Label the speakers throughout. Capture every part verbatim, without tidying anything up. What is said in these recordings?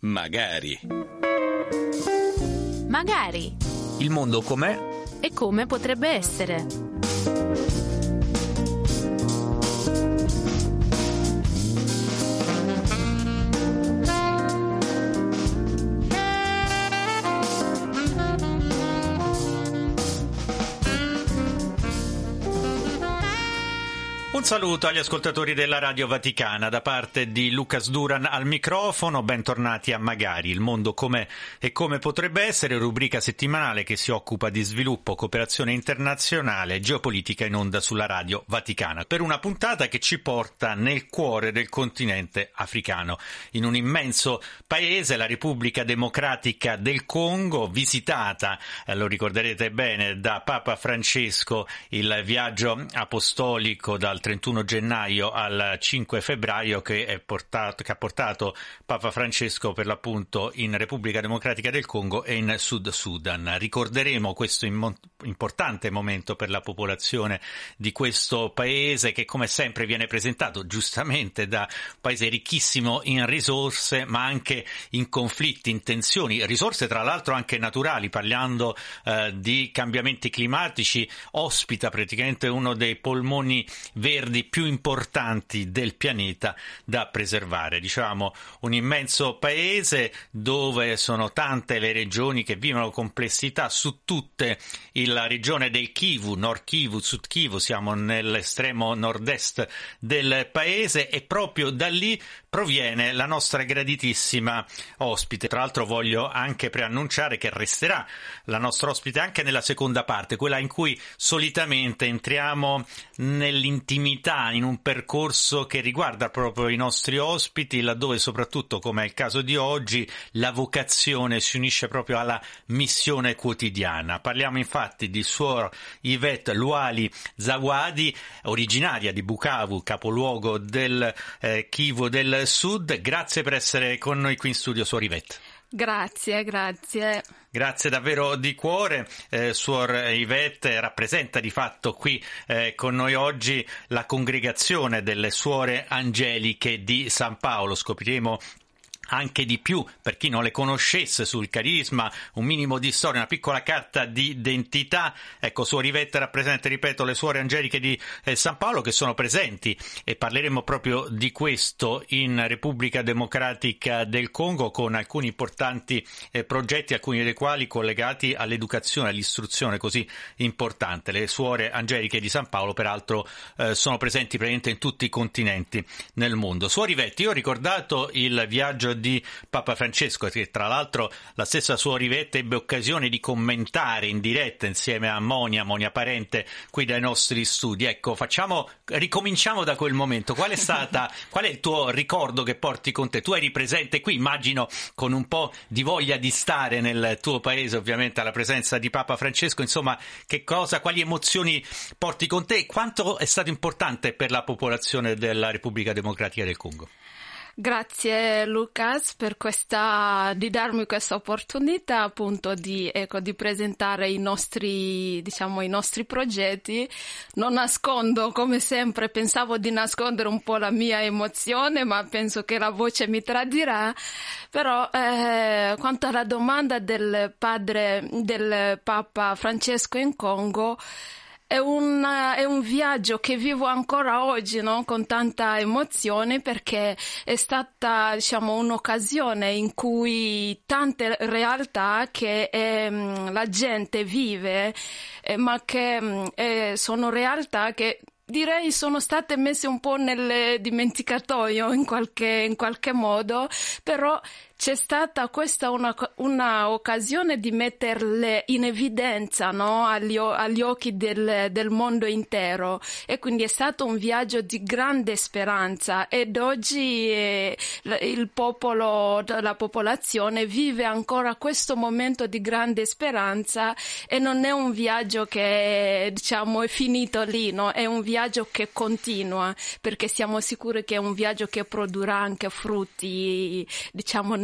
Speaker 1: Magari.
Speaker 2: Magari.
Speaker 3: Il mondo com'è?
Speaker 2: E come potrebbe essere.
Speaker 3: Un saluto agli ascoltatori della Radio Vaticana da parte di Lucas Duran al microfono. Bentornati a Magari, il mondo com'è e come potrebbe essere, rubrica settimanale che si occupa di sviluppo, cooperazione internazionale e geopolitica in onda sulla Radio Vaticana, per una puntata che ci porta nel cuore del continente africano, in un immenso paese, la Repubblica Democratica del Congo, visitata, eh, lo ricorderete bene, da Papa Francesco, il viaggio apostolico dal trentuno gennaio al cinque febbraio che, è portato, che ha portato Papa Francesco per l'appunto in Repubblica Democratica del Congo e in Sud Sudan. Ricorderemo questo im- importante momento per la popolazione di questo paese che, come sempre, viene presentato giustamente da un paese ricchissimo in risorse ma anche in conflitti, in tensioni, risorse tra l'altro anche naturali. Parlando eh, di cambiamenti climatici, ospita praticamente uno dei polmoni verdi più importanti del pianeta da preservare. Diciamo un immenso paese dove sono tante le regioni che vivono complessità, su tutte la regione del Kivu, Nord Kivu, Sud Kivu, siamo nell'estremo nord-est del paese e proprio da lì proviene la nostra graditissima ospite. Tra l'altro voglio anche preannunciare che resterà la nostra ospite anche nella seconda parte, quella in cui solitamente entriamo nell'intimità, in un percorso che riguarda proprio i nostri ospiti, laddove soprattutto, come è il caso di oggi, la vocazione si unisce proprio alla missione quotidiana. Parliamo infatti di Suor Yvette Luali Zawadi, originaria di Bukavu, capoluogo del eh, Kivu del Sud. Grazie per essere con noi qui in studio, Suor Yvette.
Speaker 4: Grazie, grazie.
Speaker 3: Grazie davvero di cuore. Eh, Suor Yvette rappresenta di fatto qui eh, con noi oggi la congregazione delle Suore Angeliche di San Paolo. Scopriremo anche di più, per chi non le conoscesse, sul carisma, un minimo di storia, una piccola carta di identità. Ecco, Suor Yvette rappresenta, ripeto, le Suore Angeliche di eh, San Paolo, che sono presenti, e parleremo proprio di questo in Repubblica Democratica del Congo, con alcuni importanti eh, progetti, alcuni dei quali collegati all'educazione, all'istruzione così importante. Le Suore Angeliche di San Paolo, peraltro, eh, sono presenti praticamente in tutti i continenti nel mondo. Suor Yvette, io ho ricordato il viaggio di Papa Francesco, che tra l'altro la stessa Suor Yvette ebbe occasione di commentare in diretta insieme a Monia, Monia Parente, qui dai nostri studi. Ecco, facciamo, ricominciamo da quel momento. Qual è stata, qual è il tuo ricordo che porti con te? Tu eri presente qui, immagino, con un po' di voglia di stare nel tuo paese, ovviamente alla presenza di Papa Francesco. Insomma, che cosa, quali emozioni porti con te? Quanto è stato importante per la popolazione della Repubblica Democratica del Congo?
Speaker 4: Grazie Lucas per questa, di darmi questa opportunità appunto di, ecco, di presentare i nostri, diciamo, i nostri progetti. Non nascondo, come sempre, pensavo di nascondere un po' la mia emozione, ma penso che la voce mi tradirà. Però eh, quanto alla domanda del padre, del Papa Francesco in Congo, È un, è un viaggio che vivo ancora oggi, no? Con tanta emozione, perché è stata, diciamo, un'occasione in cui tante realtà che ehm, la gente vive, eh, ma che eh, sono realtà che direi sono state messe un po' nel dimenticatoio in qualche, in qualche modo, però c'è stata questa una, una occasione di metterle in evidenza, no? agli, agli occhi del, del mondo intero, e quindi è stato un viaggio di grande speranza, ed oggi eh, il popolo, la popolazione vive ancora questo momento di grande speranza, e non è un viaggio che, diciamo, è finito lì, no? È un viaggio che continua, perché siamo sicuri che è un viaggio che produrrà anche frutti, diciamo, nel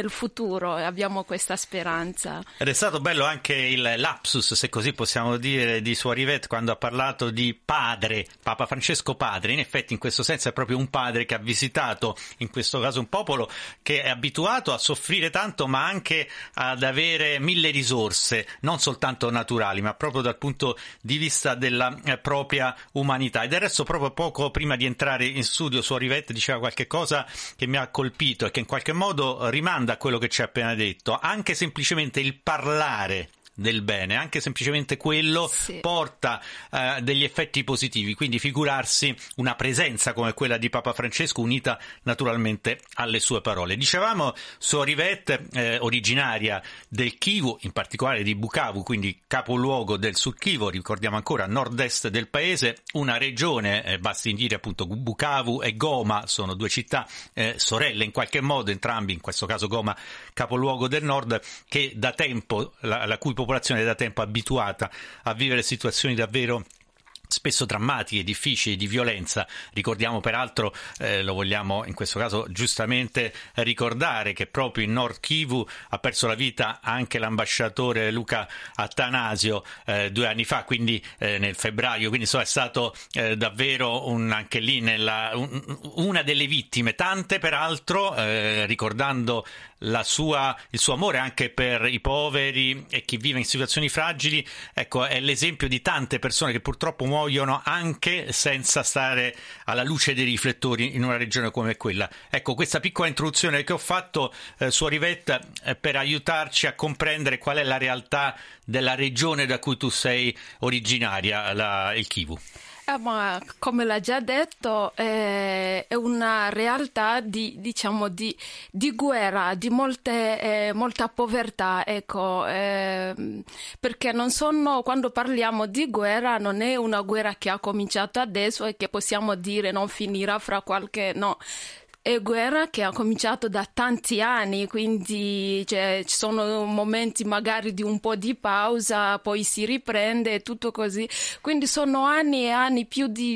Speaker 4: nel futuro e abbiamo questa speranza.
Speaker 3: Ed è stato bello anche il lapsus, se così possiamo dire, di Suor Yvette quando ha parlato di padre, Papa Francesco padre. In effetti in questo senso è proprio un padre che ha visitato, in questo caso un popolo che è abituato a soffrire tanto ma anche ad avere mille risorse, non soltanto naturali ma proprio dal punto di vista della eh, propria umanità. E del resto proprio poco prima di entrare in studio Suor Yvette diceva qualche cosa che mi ha colpito e che in qualche modo rimanda a quello che ci ha appena detto. Anche semplicemente il parlare del bene, anche semplicemente quello sì. porta eh, degli effetti positivi, quindi figurarsi una presenza come quella di Papa Francesco unita naturalmente alle sue parole. Dicevamo Suor Yvette, eh, originaria del Kivu, in particolare di Bukavu, quindi capoluogo del Sud Kivu, ricordiamo ancora a nord-est del paese, una regione, eh, basti dire appunto Bukavu e Goma sono due città eh, sorelle in qualche modo, entrambi in questo caso Goma capoluogo del nord, che da tempo la, la cui popolazione è da tempo abituata a vivere situazioni davvero spesso drammatiche, difficili, di violenza. Ricordiamo peraltro, eh, lo vogliamo in questo caso giustamente ricordare, che proprio in Nord Kivu ha perso la vita anche l'ambasciatore Luca Attanasio eh, due anni fa, quindi eh, nel febbraio, quindi insomma, è stato eh, davvero un, anche lì nella, un, una delle vittime, tante peraltro, eh, ricordando la sua, il suo amore anche per i poveri e chi vive in situazioni fragili. Ecco, è l'esempio di tante persone che purtroppo muoiono anche senza stare alla luce dei riflettori in una regione come quella. Ecco, questa piccola introduzione che ho fatto, eh, Suor Yvette, eh, per aiutarci a comprendere qual è la realtà della regione da cui tu sei originaria, la, il Kivu.
Speaker 4: Eh, ma come l'ha già detto, eh, è una realtà di, diciamo, di, di guerra, di molte, eh, molta povertà, ecco, eh, perché non sono, quando parliamo di guerra, non è una guerra che ha cominciato adesso e che possiamo dire non finirà fra qualche, no. È guerra che ha cominciato da tanti anni, quindi cioè, ci sono momenti magari di un po' di pausa, poi si riprende e tutto così. Quindi sono anni e anni, più di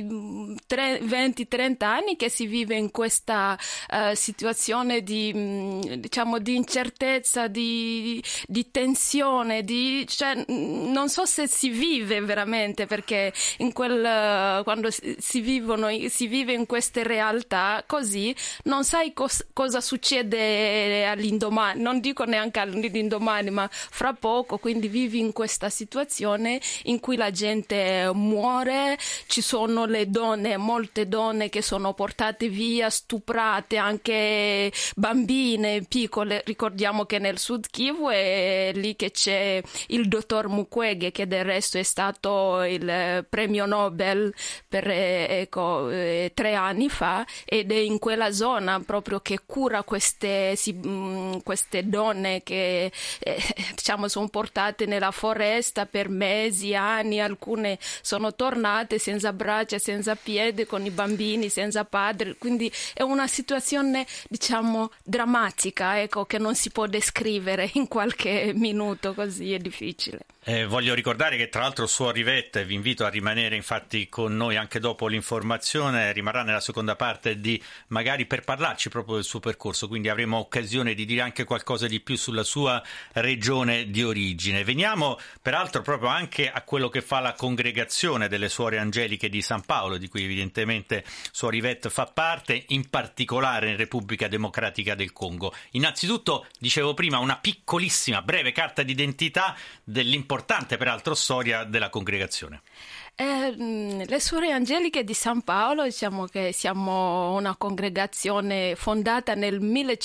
Speaker 4: venti trenta anni che si vive in questa uh, situazione di, diciamo, di incertezza, di, di tensione, di, cioè, non so se si vive veramente, perché in quel, quando si vivono, si vive in queste realtà così, non sai cos- cosa succede all'indomani, non dico neanche all'indomani, ma fra poco, quindi vivi in questa situazione in cui la gente muore, ci sono le donne, molte donne che sono portate via, stuprate, anche bambine piccole. Ricordiamo che nel Sud Kivu è lì che c'è il dottor Mukwege, che del resto è stato il premio Nobel per, ecco, tre anni fa, ed è in quella zona proprio che cura queste, si, mh, queste donne che eh, diciamo sono portate nella foresta per mesi, anni, alcune sono tornate senza braccia, senza piedi, con i bambini, senza padre, quindi è una situazione diciamo drammatica, ecco, che non si può descrivere in qualche minuto, così è difficile.
Speaker 3: Eh, voglio ricordare che tra l'altro Suor Yvette, vi invito a rimanere infatti con noi anche dopo l'informazione, rimarrà nella seconda parte di magari per parlarci proprio del suo percorso, quindi avremo occasione di dire anche qualcosa di più sulla sua regione di origine. Veniamo peraltro proprio anche a quello che fa la congregazione delle Suore Angeliche di San Paolo, di cui evidentemente Suor Yvette fa parte, in particolare in Repubblica Democratica del Congo. Innanzitutto, dicevo prima, una piccolissima, breve carta d'identità dell'importante importante peraltro storia della congregazione.
Speaker 4: Eh, le Suore Angeliche di San Paolo, diciamo che siamo una congregazione fondata nel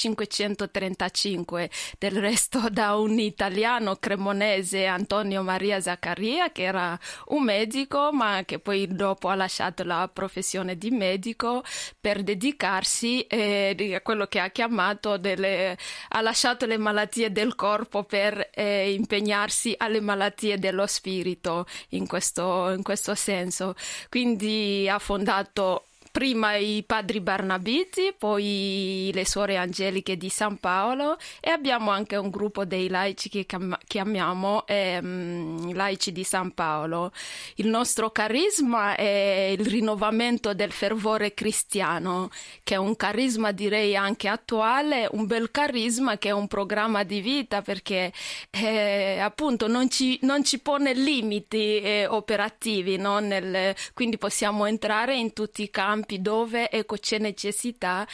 Speaker 4: millecinquecentotrentacinque, del resto da un italiano cremonese, Antonio Maria Zaccaria, che era un medico ma che poi dopo ha lasciato la professione di medico per dedicarsi eh, a quello che ha chiamato delle, ha lasciato le malattie del corpo per eh, impegnarsi alle malattie dello spirito in questo, in questo senso. Quindi ha fondato prima i padri barnabiti, poi le suore angeliche di San Paolo, e abbiamo anche un gruppo dei laici che chiamiamo ehm, laici di San Paolo. Il nostro carisma è il rinnovamento del fervore cristiano, che è un carisma direi anche attuale, un bel carisma che è un programma di vita, perché eh, appunto non ci, non ci pone limiti eh, operativi, no? Nel, quindi possiamo entrare in tutti i campi dove ecco, c'è necessità,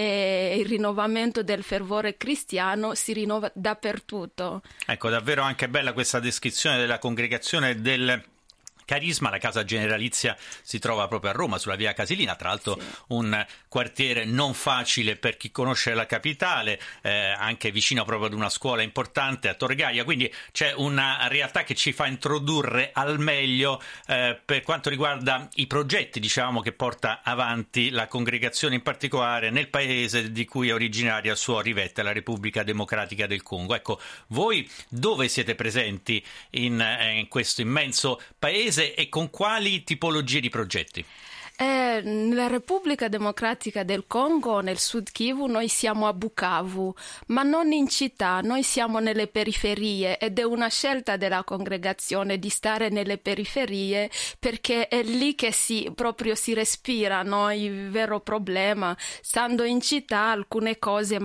Speaker 4: e il rinnovamento del fervore cristiano si rinnova dappertutto.
Speaker 3: Ecco, davvero anche bella questa descrizione della congregazione del carisma. La casa generalizia si trova proprio a Roma, sulla via Casilina, tra l'altro sì. Un quartiere non facile per chi conosce la capitale, eh, anche vicino proprio ad una scuola importante a Tor Gaia, quindi c'è una realtà che ci fa introdurre al meglio eh, per quanto riguarda i progetti, diciamo, che porta avanti la congregazione, in particolare nel paese di cui è originaria Suor Yvette, la Repubblica Democratica del Congo. Ecco, voi dove siete presenti in, in questo immenso paese e con quali tipologie di progetti?
Speaker 4: Eh, nella Repubblica Democratica del Congo, nel Sud Kivu, noi siamo a Bukavu, ma non in città, noi siamo nelle periferie, ed è una scelta della congregazione di stare nelle periferie, perché è lì che si proprio si respira, no? Il vero problema. Stando in città alcune cose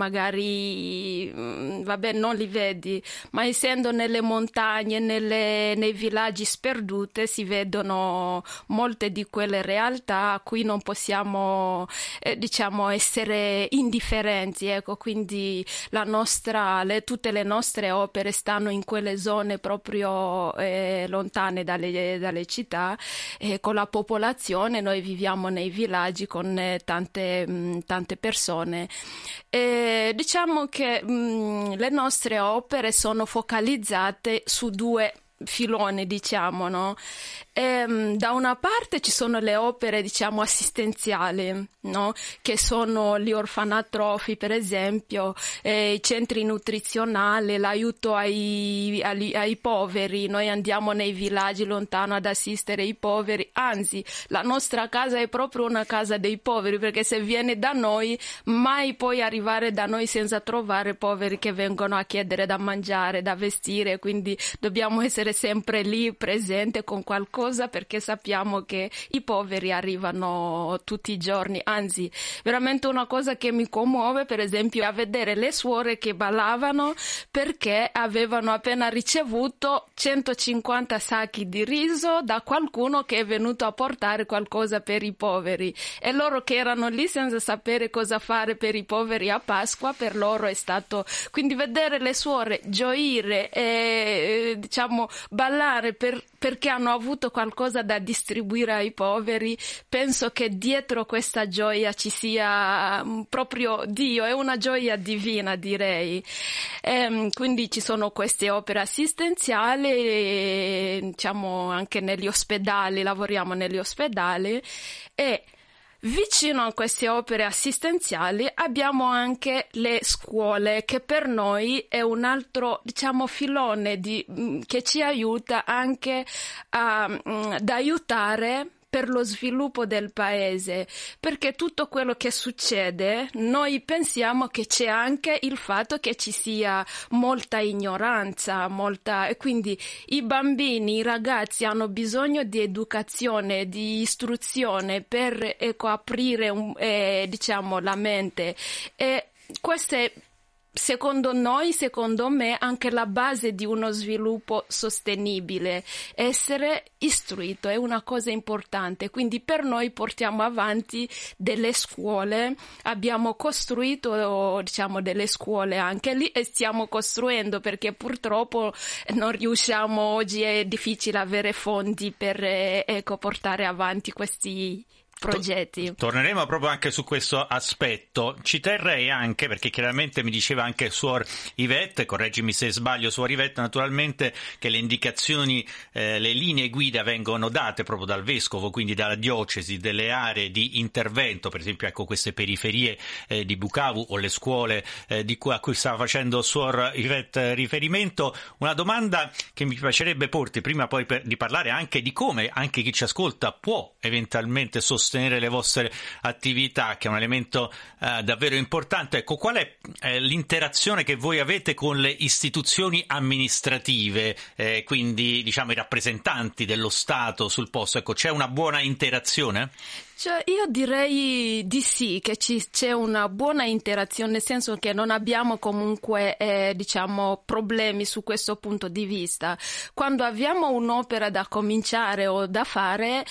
Speaker 4: magari vabbè non li vedi, ma essendo nelle montagne, nelle, nei villaggi sperdute, si vedono molte di quelle realtà a cui non possiamo eh, diciamo essere indifferenti, ecco. Quindi la nostra, le, tutte le nostre opere stanno in quelle zone proprio eh, lontane dalle, dalle città, e con la popolazione noi viviamo nei villaggi con eh, tante, mh, tante persone. E diciamo che mh, le nostre opere sono focalizzate su due filoni, diciamo, no? E, da una parte ci sono le opere, diciamo, assistenziali, no? Che sono gli orfanatrofi, per esempio, eh, i centri nutrizionali, l'aiuto ai, ai, ai poveri. Noi andiamo nei villaggi lontano ad assistere i poveri, anzi la nostra casa è proprio una casa dei poveri, perché se viene da noi mai puoi arrivare da noi senza trovare poveri che vengono a chiedere da mangiare, da vestire, quindi dobbiamo essere sempre lì presente con qualcosa, perché sappiamo che i poveri arrivano tutti i giorni. Anzi, veramente una cosa che mi commuove, per esempio, è a vedere le suore che ballavano perché avevano appena ricevuto centocinquanta sacchi di riso da qualcuno che è venuto a portare qualcosa per i poveri, e loro che erano lì senza sapere cosa fare per i poveri a Pasqua, per loro è stato, quindi vedere le suore gioire e diciamo ballare per, perché hanno avuto qualcosa da distribuire ai poveri. Penso che dietro questa gioia ci sia proprio Dio, è una gioia divina, direi. E quindi ci sono queste opere assistenziali, e, diciamo anche negli ospedali, lavoriamo negli ospedali, e vicino a queste opere assistenziali abbiamo anche le scuole, che per noi è un altro, diciamo, filone di, che ci aiuta anche a, ad aiutare per lo sviluppo del paese, perché tutto quello che succede noi pensiamo che c'è anche il fatto che ci sia molta ignoranza, molta, e quindi i bambini, i ragazzi hanno bisogno di educazione, di istruzione per ecco, aprire un, eh, diciamo la mente, e queste secondo noi, secondo me, anche la base di uno sviluppo sostenibile. Essere istruito è una cosa importante, quindi per noi portiamo avanti delle scuole, abbiamo costruito, diciamo, delle scuole anche lì, e stiamo costruendo, perché purtroppo non riusciamo, oggi è difficile avere fondi per ecco, portare avanti questi progetti.
Speaker 3: Torneremo proprio anche su questo aspetto. Ci terrei anche, perché chiaramente mi diceva anche Suor Yvette, correggimi se sbaglio Suor Yvette, naturalmente, che le indicazioni, eh, le linee guida vengono date proprio dal Vescovo, quindi dalla diocesi, delle aree di intervento, per esempio ecco queste periferie eh, di Bukavu o le scuole eh, di cui, a cui stava facendo Suor Yvette riferimento. Una domanda che mi piacerebbe porti, prima poi per, di parlare anche di come anche chi ci ascolta può eventualmente sostenere sostenere le vostre attività, che è un elemento eh, davvero importante. Ecco, qual è eh, l'interazione che voi avete con le istituzioni amministrative, eh, quindi diciamo i rappresentanti dello Stato sul posto? Ecco, c'è una buona interazione?
Speaker 4: Cioè, io direi di sì, che ci, c'è una buona interazione, nel senso che non abbiamo comunque eh, diciamo problemi su questo punto di vista. Quando abbiamo un'opera da cominciare o da fare,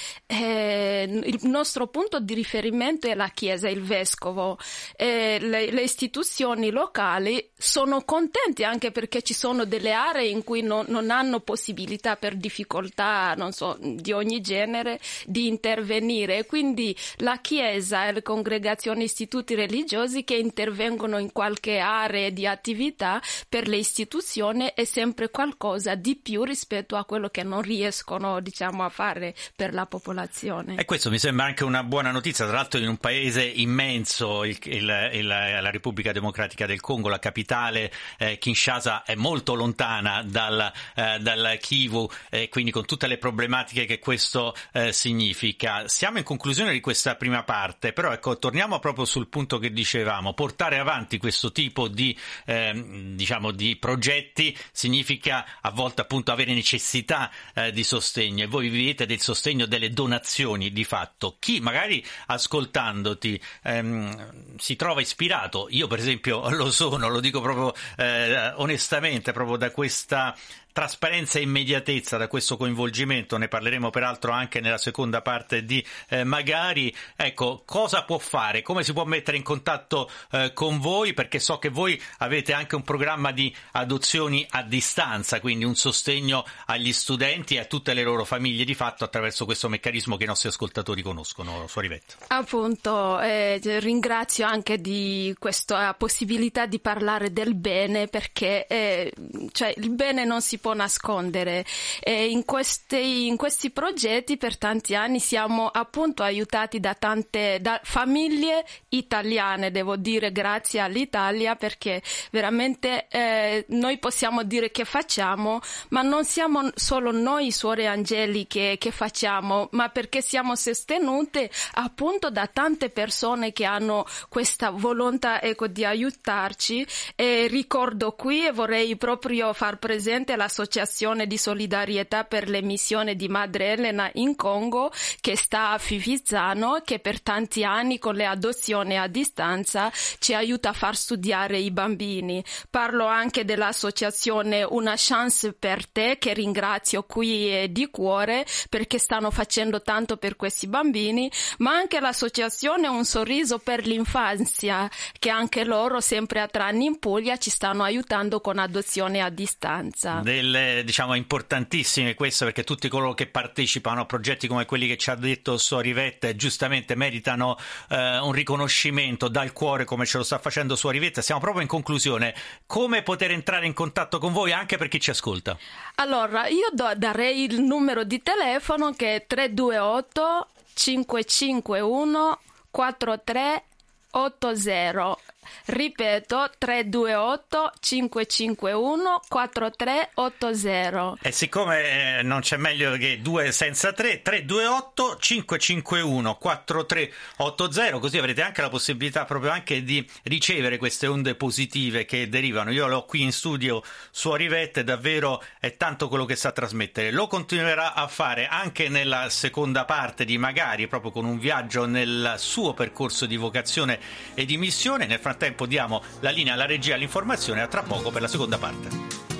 Speaker 4: eh, il nostro punto di riferimento è la Chiesa, il Vescovo. Eh, le, le istituzioni locali sono contenti, anche perché ci sono delle aree in cui non, non hanno possibilità, per difficoltà, non so, di ogni genere, di intervenire. Quindi la Chiesa e le congregazioni, istituti religiosi che intervengono in qualche area di attività per le istituzioni è sempre qualcosa di più rispetto a quello che non riescono, diciamo, a fare per la popolazione.
Speaker 3: E questo mi sembra anche una buona notizia, tra l'altro in un paese immenso, il, il, il, la Repubblica Democratica del Congo, la capitale eh, Kinshasa è molto lontana dal, eh, dal Kivu, eh, quindi con tutte le problematiche che questo eh, significa. Siamo in conclusione di questa prima parte, però ecco, torniamo proprio sul punto che dicevamo: portare avanti questo tipo di eh, diciamo di progetti significa a volte appunto avere necessità eh, di sostegno, e voi vivete del sostegno delle donazioni di fatto. Chi magari ascoltandoti ehm, si trova ispirato, io per esempio lo sono, lo dico proprio eh, onestamente, proprio da questa trasparenza e immediatezza, da questo coinvolgimento, ne parleremo peraltro anche nella seconda parte di eh, Magari. Ecco, cosa può fare, come si può mettere in contatto eh, con voi, perché so che voi avete anche un programma di adozioni a distanza, quindi un sostegno agli studenti e a tutte le loro famiglie di fatto attraverso questo meccanismo che i nostri ascoltatori conoscono. Suorivetta.
Speaker 4: Appunto, eh, ringrazio anche di questa possibilità di parlare del bene, perché eh, cioè il bene non si può nascondere. E in questi, in questi progetti per tanti anni siamo appunto aiutati da tante da famiglie italiane, devo dire, grazie all'Italia, perché veramente eh, noi possiamo dire che facciamo, ma non siamo solo noi suore angeli che, che facciamo, ma perché siamo sostenute appunto da tante persone che hanno questa volontà, ecco, di aiutarci. E ricordo qui, e vorrei proprio far presente la Associazione di solidarietà per le missioni di Madre Elena in Congo, che sta a Fivizzano, che per tanti anni con le adozioni a distanza ci aiuta a far studiare i bambini. Parlo anche dell'associazione Una Chance per Te, che ringrazio qui di cuore, perché stanno facendo tanto per questi bambini, ma anche l'associazione Un Sorriso per l'Infanzia, che anche loro, sempre a Trani in Puglia, ci stanno aiutando con adozioni a distanza.
Speaker 3: Delle, diciamo, importantissime questo, perché tutti coloro che partecipano a progetti come quelli che ci ha detto Suorivetta giustamente meritano eh, un riconoscimento dal cuore, come ce lo sta facendo Suorivetta. Siamo proprio in conclusione. Come poter entrare in contatto con voi, anche per chi ci ascolta?
Speaker 4: Allora, io do, darei il numero di telefono, che è tre due otto cinque cinque uno quattro tre otto zero. Ripeto, tre due otto cinque cinque uno quattro tre otto zero.
Speaker 3: E siccome eh, non c'è meglio che due senza tre, tre due otto cinque cinque uno quattro tre otto zero, così avrete anche la possibilità proprio anche di ricevere queste onde positive che derivano. Io l'ho qui in studio, Suorivetta, e davvero è tanto quello che sa trasmettere. Lo continuerà a fare anche nella seconda parte di Magari, proprio con un viaggio nel suo percorso di vocazione e di missione. Nel frattempo diamo la linea alla regia, all'informazione, a tra poco per la seconda parte.